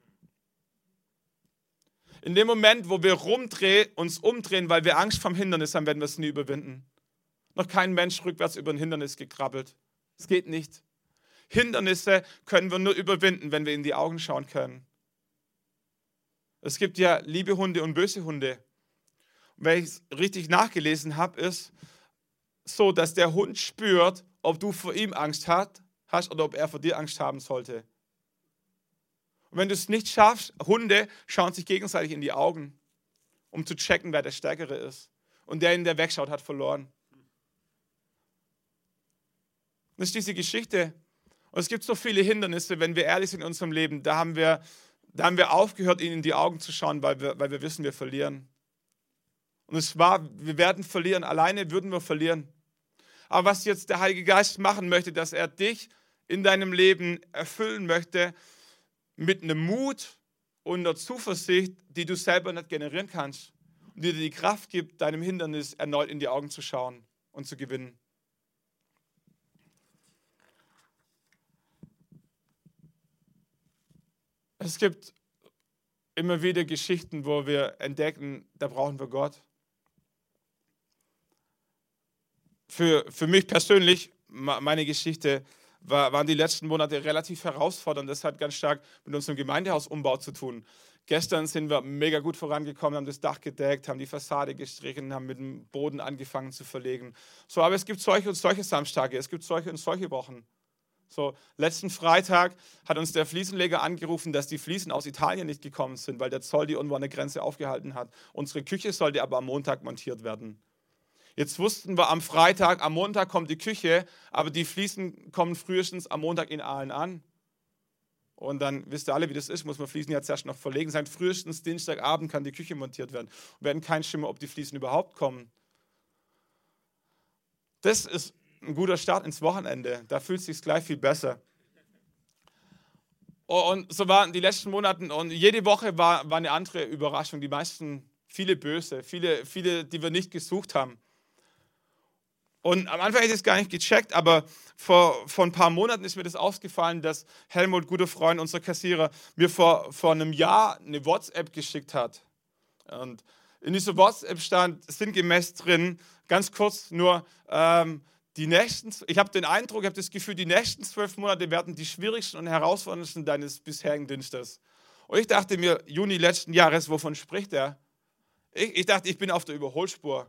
In dem Moment, wo wir uns umdrehen, weil wir Angst vom Hindernis haben, werden wir es nie überwinden. Noch kein Mensch rückwärts über ein Hindernis gekrabbelt. Es geht nicht. Hindernisse können wir nur überwinden, wenn wir in die Augen schauen können. Es gibt ja liebe Hunde und böse Hunde. Und wenn ich es richtig nachgelesen habe, ist so, dass der Hund spürt, ob du vor ihm Angst hast oder ob er vor dir Angst haben sollte. Und wenn du es nicht schaffst, Hunde schauen sich gegenseitig in die Augen, um zu checken, wer der Stärkere ist. Und der wegschaut, hat verloren. Das ist diese Geschichte. Und es gibt so viele Hindernisse, wenn wir ehrlich sind in unserem Leben. Da haben wir aufgehört, ihnen in die Augen zu schauen, weil wir wissen, wir verlieren. Und wir werden verlieren. Alleine würden wir verlieren. Aber was jetzt der Heilige Geist machen möchte, dass er dich in deinem Leben erfüllen möchte, mit einem Mut und einer Zuversicht, die du selber nicht generieren kannst. Und die dir die Kraft gibt, deinem Hindernis erneut in die Augen zu schauen und zu gewinnen. Es gibt immer wieder Geschichten, wo wir entdecken, da brauchen wir Gott. Für mich persönlich, meine Geschichte, waren die letzten Monate relativ herausfordernd. Das hat ganz stark mit unserem Gemeindehausumbau zu tun. Gestern sind wir mega gut vorangekommen, haben das Dach gedeckt, haben die Fassade gestrichen, haben mit dem Boden angefangen zu verlegen. So, aber es gibt solche und solche Samstage, es gibt solche und solche Wochen. So, letzten Freitag hat uns der Fliesenleger angerufen, dass die Fliesen aus Italien nicht gekommen sind, weil der Zoll die irgendwo an der Grenze aufgehalten hat. Unsere Küche sollte aber am Montag montiert werden. Jetzt wussten wir am Freitag, am Montag kommt die Küche, aber die Fliesen kommen frühestens am Montag in Aalen an. Und dann wisst ihr alle, wie das ist, muss man Fliesen ja zuerst noch verlegen sein. Frühestens Dienstagabend kann die Küche montiert werden. Wir werden keinen Schimmer, ob die Fliesen überhaupt kommen. Das ist ein guter Start ins Wochenende. Da fühlt es sich gleich viel besser. Und so waren die letzten Monate und jede Woche war eine andere Überraschung. Die meisten, viele böse, viele, die wir nicht gesucht haben. Und am Anfang hätte ich es gar nicht gecheckt, aber vor ein paar Monaten ist mir das aufgefallen, dass Helmut, guter Freund, unser Kassierer, mir vor einem Jahr eine WhatsApp geschickt hat. Und in dieser WhatsApp stand sinngemäß drin, ganz kurz nur, ich habe den Eindruck, ich habe das Gefühl, die nächsten 12 Monate werden die schwierigsten und herausforderndsten deines bisherigen Dienstes. Und ich dachte mir, Juni letzten Jahres, wovon spricht er? Ich dachte, ich bin auf der Überholspur.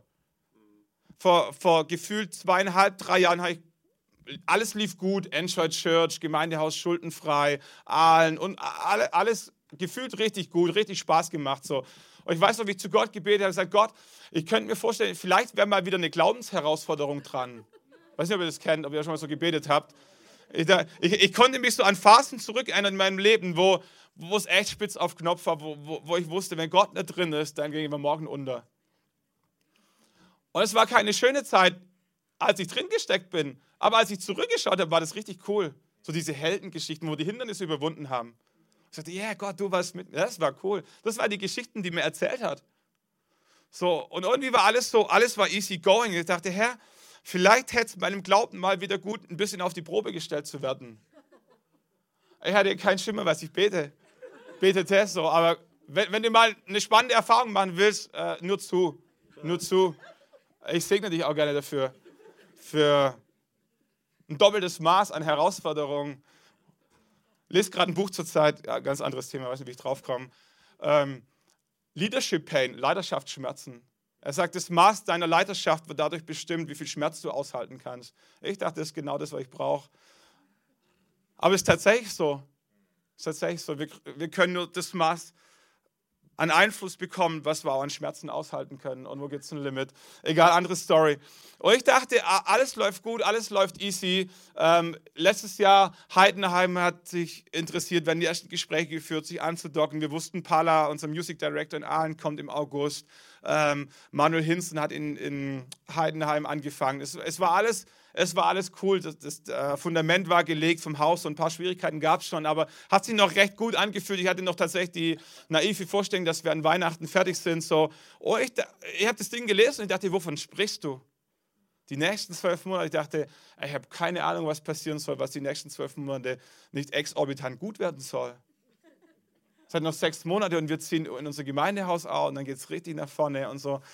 Vor gefühlt 2,5, 3 Jahren alles lief gut, Enjoy Church, Gemeindehaus schuldenfrei, Aalen und alles gefühlt richtig gut, richtig Spaß gemacht. So. Und ich weiß noch, wie ich zu Gott gebetet habe, gesagt, Gott, ich könnte mir vorstellen, vielleicht wäre mal wieder eine Glaubensherausforderung dran. Ich weiß nicht, ob ihr das kennt, ob ihr schon mal so gebetet habt. Ich konnte mich so an Phasen zurückerinnern in meinem Leben, wo es echt spitz auf Knopf war, wo ich wusste, wenn Gott nicht drin ist, dann gehen wir morgen unter. Und es war keine schöne Zeit, als ich drin gesteckt bin. Aber als ich zurückgeschaut habe, war das richtig cool. So diese Heldengeschichten, wo die Hindernisse überwunden haben. Ich sagte, ja Gott, du warst mit mir. Das war cool. Das waren die Geschichten, die mir erzählt hat. So, und irgendwie war alles war easy going. Ich dachte, Herr, vielleicht hätte es meinem Glauben mal wieder gut, ein bisschen auf die Probe gestellt zu werden. Ich hatte keinen Schimmer, was ich betete. So, aber wenn du mal eine spannende Erfahrung machen willst, nur zu. Ich segne dich auch gerne dafür. Für ein doppeltes Maß an Herausforderungen. Lest gerade ein Buch zur Zeit, ja, ganz anderes Thema, weiß nicht, wie ich drauf komme. Leadership Pain, Leiterschaftsschmerzen. Er sagt, das Maß deiner Leiterschaft wird dadurch bestimmt, wie viel Schmerz du aushalten kannst. Ich dachte, das ist genau das, was ich brauche. Aber es ist tatsächlich so. Wir können nur das Maß an Einfluss bekommen, was wir auch an Schmerzen aushalten können. Und wo gibt es ein Limit? Egal, andere Story. Und ich dachte, alles läuft gut, alles läuft easy. Letztes Jahr, Heidenheim hat sich interessiert, werden die ersten Gespräche geführt, sich anzudocken. Wir wussten, Pala, unser Music Director in Aalen, kommt im August. Manuel Hinzen hat in Heidenheim angefangen. Es war alles es war alles cool, das Fundament war gelegt vom Haus, so ein paar Schwierigkeiten gab es schon, aber hat sich noch recht gut angefühlt. Ich hatte noch tatsächlich die naive Vorstellung, dass wir an Weihnachten fertig sind. So, ich habe das Ding gelesen und ich dachte, wovon sprichst du? Die nächsten 12 Monate, ich dachte, ich habe keine Ahnung, was passieren soll, was die nächsten 12 Monate nicht exorbitant gut werden soll. Es hat noch 6 Monate und wir ziehen in unser Gemeindehaus aus und dann geht es richtig nach vorne und so.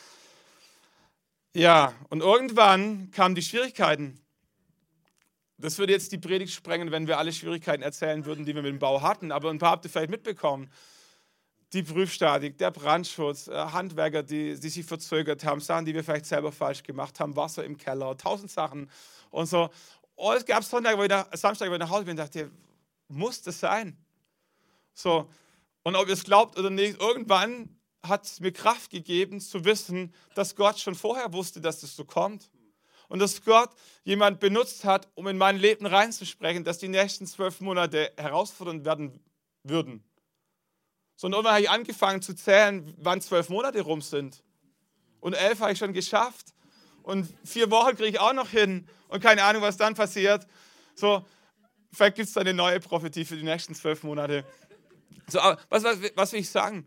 Ja, und irgendwann kamen die Schwierigkeiten. Das würde jetzt die Predigt sprengen, wenn wir alle Schwierigkeiten erzählen würden, die wir mit dem Bau hatten. Aber ein paar habt ihr vielleicht mitbekommen. Die Prüfstatik, der Brandschutz, Handwerker, die sich verzögert haben, Sachen, die wir vielleicht selber falsch gemacht haben, Wasser im Keller, 1000 Sachen und so. Und es gab Samstag, wo ich nach Hause bin und dachte, muss das sein? So. Und ob ihr es glaubt oder nicht, irgendwann hat es mir Kraft gegeben, zu wissen, dass Gott schon vorher wusste, dass das so kommt. Und dass Gott jemand benutzt hat, um in mein Leben reinzusprechen, dass die nächsten 12 Monate herausfordernd werden würden. So, und irgendwann habe ich angefangen zu zählen, wann 12 Monate rum sind. Und 11 habe ich schon geschafft. Und 4 Wochen kriege ich auch noch hin. Und keine Ahnung, was dann passiert. So, vielleicht gibt es da eine neue Prophetie für die nächsten 12 Monate. So, aber was will ich sagen?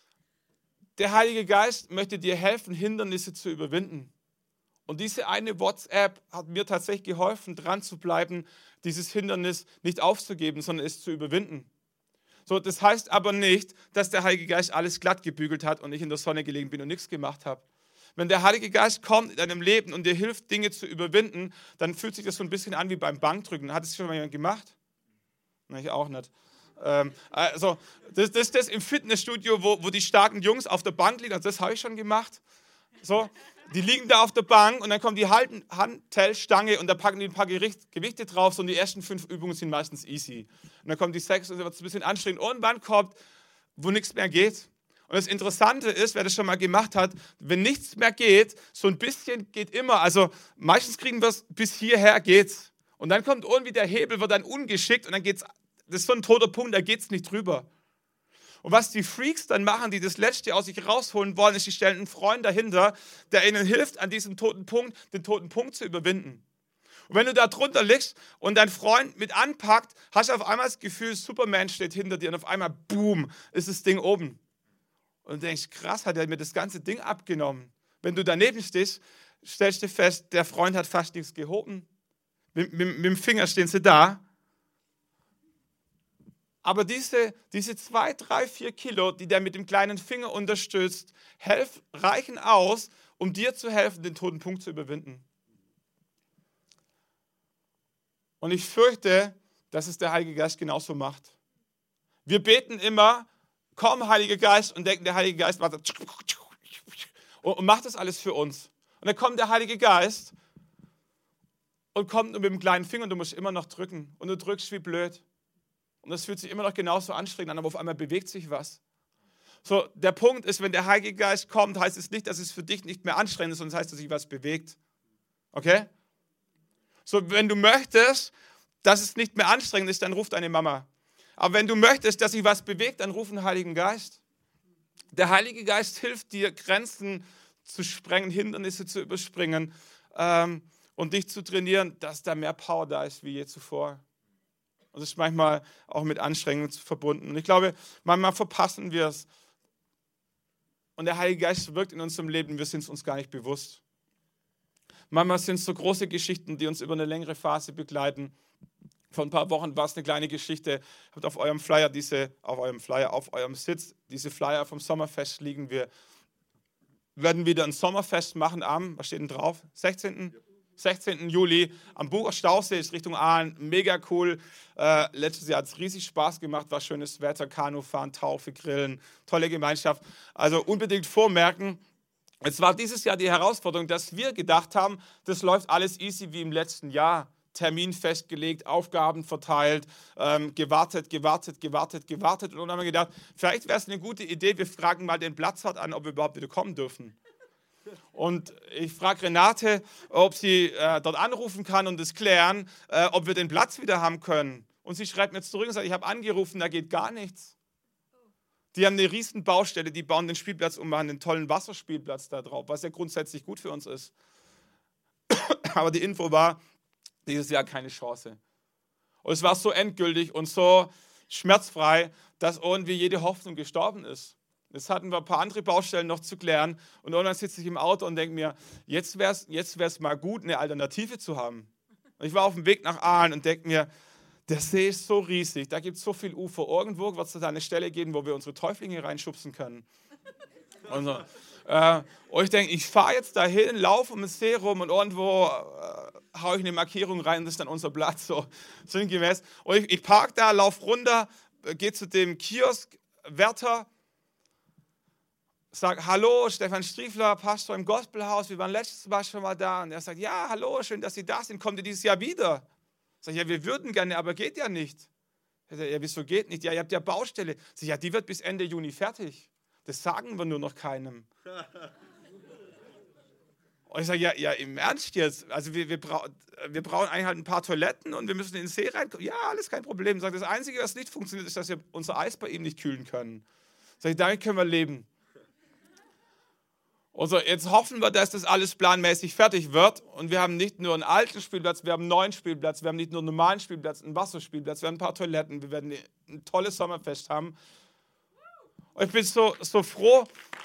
Der Heilige Geist möchte dir helfen, Hindernisse zu überwinden. Und diese eine WhatsApp hat mir tatsächlich geholfen, dran zu bleiben, dieses Hindernis nicht aufzugeben, sondern es zu überwinden. So, das heißt aber nicht, dass der Heilige Geist alles glatt gebügelt hat und ich in der Sonne gelegen bin und nichts gemacht habe. Wenn der Heilige Geist kommt in deinem Leben und dir hilft, Dinge zu überwinden, dann fühlt sich das so ein bisschen an wie beim Bankdrücken. Hat es schon mal jemand gemacht? Nein, ich auch nicht. Also, das ist das im Fitnessstudio, wo die starken Jungs auf der Bank liegen. Also das habe ich schon gemacht. So, die liegen da auf der Bank und dann kommt die Hantelstange und da packen die ein paar Gewichte drauf. So, und die ersten 5 Übungen sind meistens easy. Und dann kommt die 6 und dann wird es ein bisschen anstrengend. Irgendwann kommt, wo nichts mehr geht. Und das Interessante ist, wer das schon mal gemacht hat, wenn nichts mehr geht, so ein bisschen geht immer. Also meistens kriegen wir es, bis hierher geht's. Und dann kommt irgendwie der Hebel, wird dann ungeschickt und dann geht's. Das ist so ein toter Punkt, da geht es nicht drüber. Und was die Freaks dann machen, die das Letzte aus sich rausholen wollen, ist, die stellen einen Freund dahinter, der ihnen hilft, an diesem toten Punkt, den toten Punkt zu überwinden. Und wenn du da drunter liegst und dein Freund mit anpackt, hast du auf einmal das Gefühl, Superman steht hinter dir und auf einmal, boom, ist das Ding oben. Und du denkst, krass, hat er mir das ganze Ding abgenommen. Wenn du daneben stehst, stellst du fest, der Freund hat fast nichts gehoben. Mit dem Finger stehen sie da. Aber diese 2, 3, 4 Kilo, die der mit dem kleinen Finger unterstützt, reichen aus, um dir zu helfen, den toten Punkt zu überwinden. Und ich fürchte, dass es der Heilige Geist genauso macht. Wir beten immer, komm, Heiliger Geist, und denken, der Heilige Geist macht und macht das alles für uns. Und dann kommt der Heilige Geist und kommt nur mit dem kleinen Finger und du musst immer noch drücken. Und du drückst wie blöd. Und das fühlt sich immer noch genauso anstrengend an, aber auf einmal bewegt sich was. So, der Punkt ist, wenn der Heilige Geist kommt, heißt es nicht, dass es für dich nicht mehr anstrengend ist, sondern es heißt, dass sich was bewegt. Okay? So, wenn du möchtest, dass es nicht mehr anstrengend ist, dann ruf deine Mama. Aber wenn du möchtest, dass sich was bewegt, dann ruf den Heiligen Geist. Der Heilige Geist hilft dir, Grenzen zu sprengen, Hindernisse zu überspringen und dich zu trainieren, dass da mehr Power da ist wie je zuvor. Und das ist manchmal auch mit Anstrengungen verbunden. Und ich glaube, manchmal verpassen wir es. Und der Heilige Geist wirkt in unserem Leben, wir sind es uns gar nicht bewusst. Manchmal sind es so große Geschichten, die uns über eine längere Phase begleiten. Vor ein paar Wochen war es eine kleine Geschichte. Ihr habt auf eurem Sitz diese Flyer vom Sommerfest liegen. Wir werden wieder ein Sommerfest machen was steht denn drauf? 16. Juli am Bucher Stausee, ist Richtung Aalen, mega cool. Letztes Jahr hat es riesig Spaß gemacht, war schönes Wetter, Kanufahren, Taufe, Grillen, tolle Gemeinschaft. Also unbedingt vormerken. Es war dieses Jahr die Herausforderung, dass wir gedacht haben, das läuft alles easy wie im letzten Jahr. Termin festgelegt, Aufgaben verteilt, gewartet. Und dann haben wir gedacht, vielleicht wäre es eine gute Idee, wir fragen mal den Platzwart an, ob wir überhaupt wieder kommen dürfen. Und ich frage Renate, ob sie dort anrufen kann und es klären, ob wir den Platz wieder haben können. Und sie schreibt mir jetzt zurück und sagt, ich habe angerufen, da geht gar nichts. Die haben eine riesen Baustelle, die bauen den Spielplatz um, machen einen tollen Wasserspielplatz da drauf, was ja grundsätzlich gut für uns ist. Aber die Info war, Dieses Jahr keine Chance. Und es war so endgültig und so schmerzfrei, dass irgendwie jede Hoffnung gestorben ist. Jetzt hatten wir ein paar andere Baustellen noch zu klären und irgendwann sitze ich im Auto und denke mir, jetzt wär's mal gut, eine Alternative zu haben. Und ich war auf dem Weg nach Aalen und denke mir, der See ist so riesig, da gibt es so viel Ufer. Irgendwo wird es da eine Stelle geben, wo wir unsere Täuflinge reinschubsen können. Und, so. Und ich denke, ich fahre jetzt dahin, laufe um den See rum und irgendwo haue ich eine Markierung rein, das ist dann unser Platz, so sinngemäß. Und ich parke da, laufe runter, gehe zu dem Kiosk-Wärter, sage, hallo, Stefan Striefler, Pastor im Gospelhaus, wir waren letztes Mal schon mal da. Und er sagt, ja, hallo, schön, dass Sie da sind, kommt ihr dieses Jahr wieder? Sag ich, ja, wir würden gerne, aber geht ja nicht. Er sagt, ja, wieso geht nicht? Ja, ihr habt ja Baustelle. Sag ich, ja, die wird bis Ende Juni fertig. Das sagen wir nur noch keinem. Und ich sage, ja, im Ernst jetzt? Also wir brauchen eigentlich halt ein paar Toiletten und wir müssen in den See reinkommen. Ja, alles kein Problem. Sag, das Einzige, was nicht funktioniert, ist, dass wir unser Eis bei ihm nicht kühlen können. Sag ich, damit können wir leben. Und so, jetzt hoffen wir, dass das alles planmäßig fertig wird. Und wir haben nicht nur einen alten Spielplatz, wir haben einen neuen Spielplatz, wir haben nicht nur einen normalen Spielplatz, einen Wasserspielplatz, wir haben ein paar Toiletten, wir werden ein tolles Sommerfest haben. Und ich bin so froh.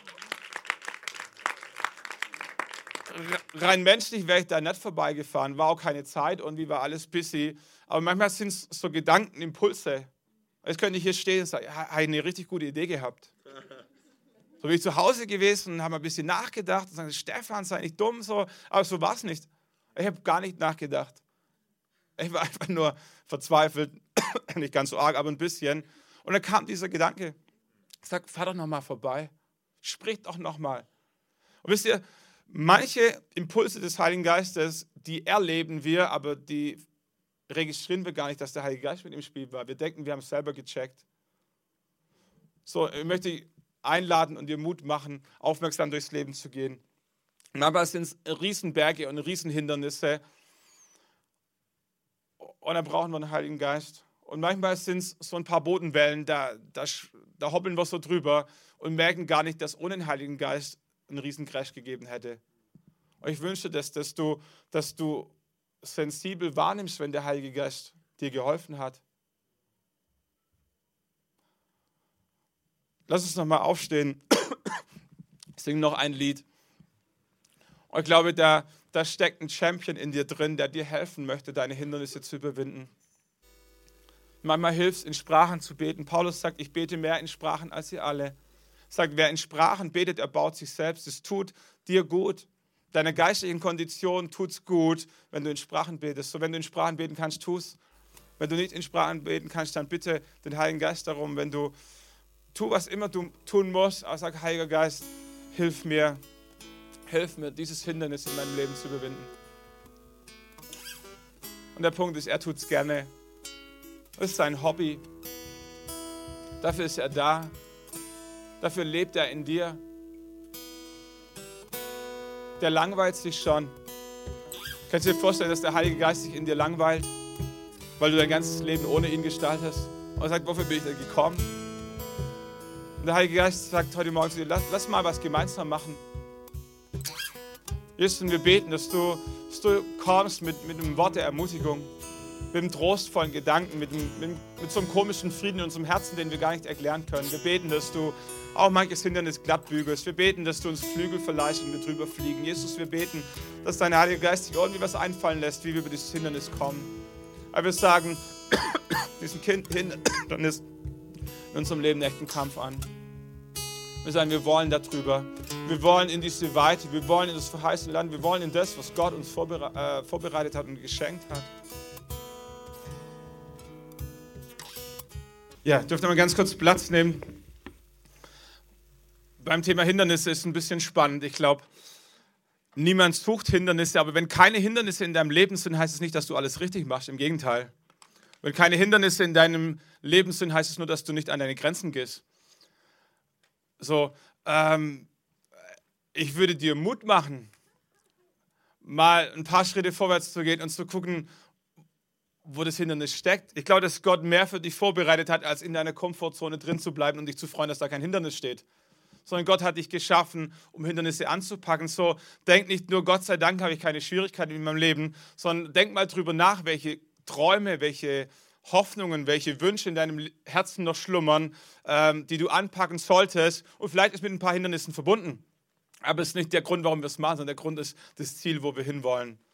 Rein menschlich wäre ich da nicht vorbeigefahren, war auch keine Zeit und wie war alles busy. Aber manchmal sind es so Gedanken, Impulse. Jetzt könnte ich hier stehen und sagen, habe ich eine richtig gute Idee gehabt. So bin ich zu Hause gewesen und habe ein bisschen nachgedacht und gesagt, Stefan, sei nicht dumm, so. Aber so war es nicht. Ich habe gar nicht nachgedacht. Ich war einfach nur verzweifelt, nicht ganz so arg, aber ein bisschen. Und dann kam dieser Gedanke, ich sage, fahr doch nochmal vorbei, sprich doch nochmal. Und wisst ihr, manche Impulse des Heiligen Geistes, die erleben wir, aber die registrieren wir gar nicht, dass der Heilige Geist mit im Spiel war. Wir denken, wir haben es selber gecheckt. So, ich möchte einladen und dir Mut machen, aufmerksam durchs Leben zu gehen. Manchmal sind es Riesenberge und Riesenhindernisse und dann brauchen wir einen Heiligen Geist. Und manchmal sind es so ein paar Bodenwellen, da hoppeln wir so drüber und merken gar nicht, dass ohne den Heiligen Geist einen Riesencrash gegeben hätte. Und ich wünsche dir, dass du sensibel wahrnimmst, wenn der Heilige Geist dir geholfen hat. Lass uns nochmal aufstehen. Ich singe noch ein Lied. Und ich glaube, da steckt ein Champion in dir drin, der dir helfen möchte, deine Hindernisse zu überwinden. Manchmal hilft es, in Sprachen zu beten. Paulus sagt, ich bete mehr in Sprachen als ihr alle. Er sagt, wer in Sprachen betet, erbaut sich selbst. Es tut dir gut. Deiner geistlichen Kondition tut es gut, wenn du in Sprachen betest. So, wenn du in Sprachen beten kannst, tu es. Wenn du nicht in Sprachen beten kannst, dann bitte den Heiligen Geist darum. Wenn du tu, was immer du tun musst, aber sag, Heiliger Geist, hilf mir, dieses Hindernis in meinem Leben zu überwinden. Und der Punkt ist, er tut es gerne. Das ist sein Hobby. Dafür ist er da. Dafür lebt er in dir. Der langweilt sich schon. Kannst du dir vorstellen, dass der Heilige Geist sich in dir langweilt, weil du dein ganzes Leben ohne ihn gestaltest? Und er sagt, wofür bin ich denn gekommen? Und der Heilige Geist sagt heute Morgen zu dir, lass mal was gemeinsam machen. Jesus, und wir beten, dass du kommst mit einem Wort der Ermutigung, mit einem trostvollen Gedanken, mit so einem komischen Frieden in unserem Herzen, den wir gar nicht erklären können. Wir beten, dass du auch manches Hindernis glatt bügelst. Wir beten, dass du uns Flügel verleihst und wir drüber fliegen. Jesus, wir beten, dass dein Heiliger Geist sich irgendwie was einfallen lässt, wie wir über dieses Hindernis kommen. Aber wir sagen, diesen Hindernis in unserem Leben einen echten Kampf an. Wir sagen, wir wollen darüber. Wir wollen in diese Weite, wir wollen in das verheißene Land, wir wollen in das, was Gott uns vorbereitet hat und geschenkt hat. Ja, dürft ihr mal ganz kurz Platz nehmen. Beim Thema Hindernisse ist es ein bisschen spannend. Ich glaube, niemand sucht Hindernisse, aber wenn keine Hindernisse in deinem Leben sind, heißt es nicht, dass du alles richtig machst. Im Gegenteil. Wenn keine Hindernisse in deinem Leben sind, heißt es nur, dass du nicht an deine Grenzen gehst. So, ich würde dir Mut machen, mal ein paar Schritte vorwärts zu gehen und zu gucken, wo das Hindernis steckt. Ich glaube, dass Gott mehr für dich vorbereitet hat, als in deiner Komfortzone drin zu bleiben und dich zu freuen, dass da kein Hindernis steht. sondern Gott hat dich geschaffen, um Hindernisse anzupacken. So, denk nicht nur, Gott sei Dank habe ich keine Schwierigkeiten in meinem Leben, sondern denk mal drüber nach, welche Träume, welche Hoffnungen, welche Wünsche in deinem Herzen noch schlummern, die du anpacken solltest. Und vielleicht ist mit ein paar Hindernissen verbunden. Aber es ist nicht der Grund, warum wir es machen, sondern der Grund ist das Ziel, wo wir hinwollen.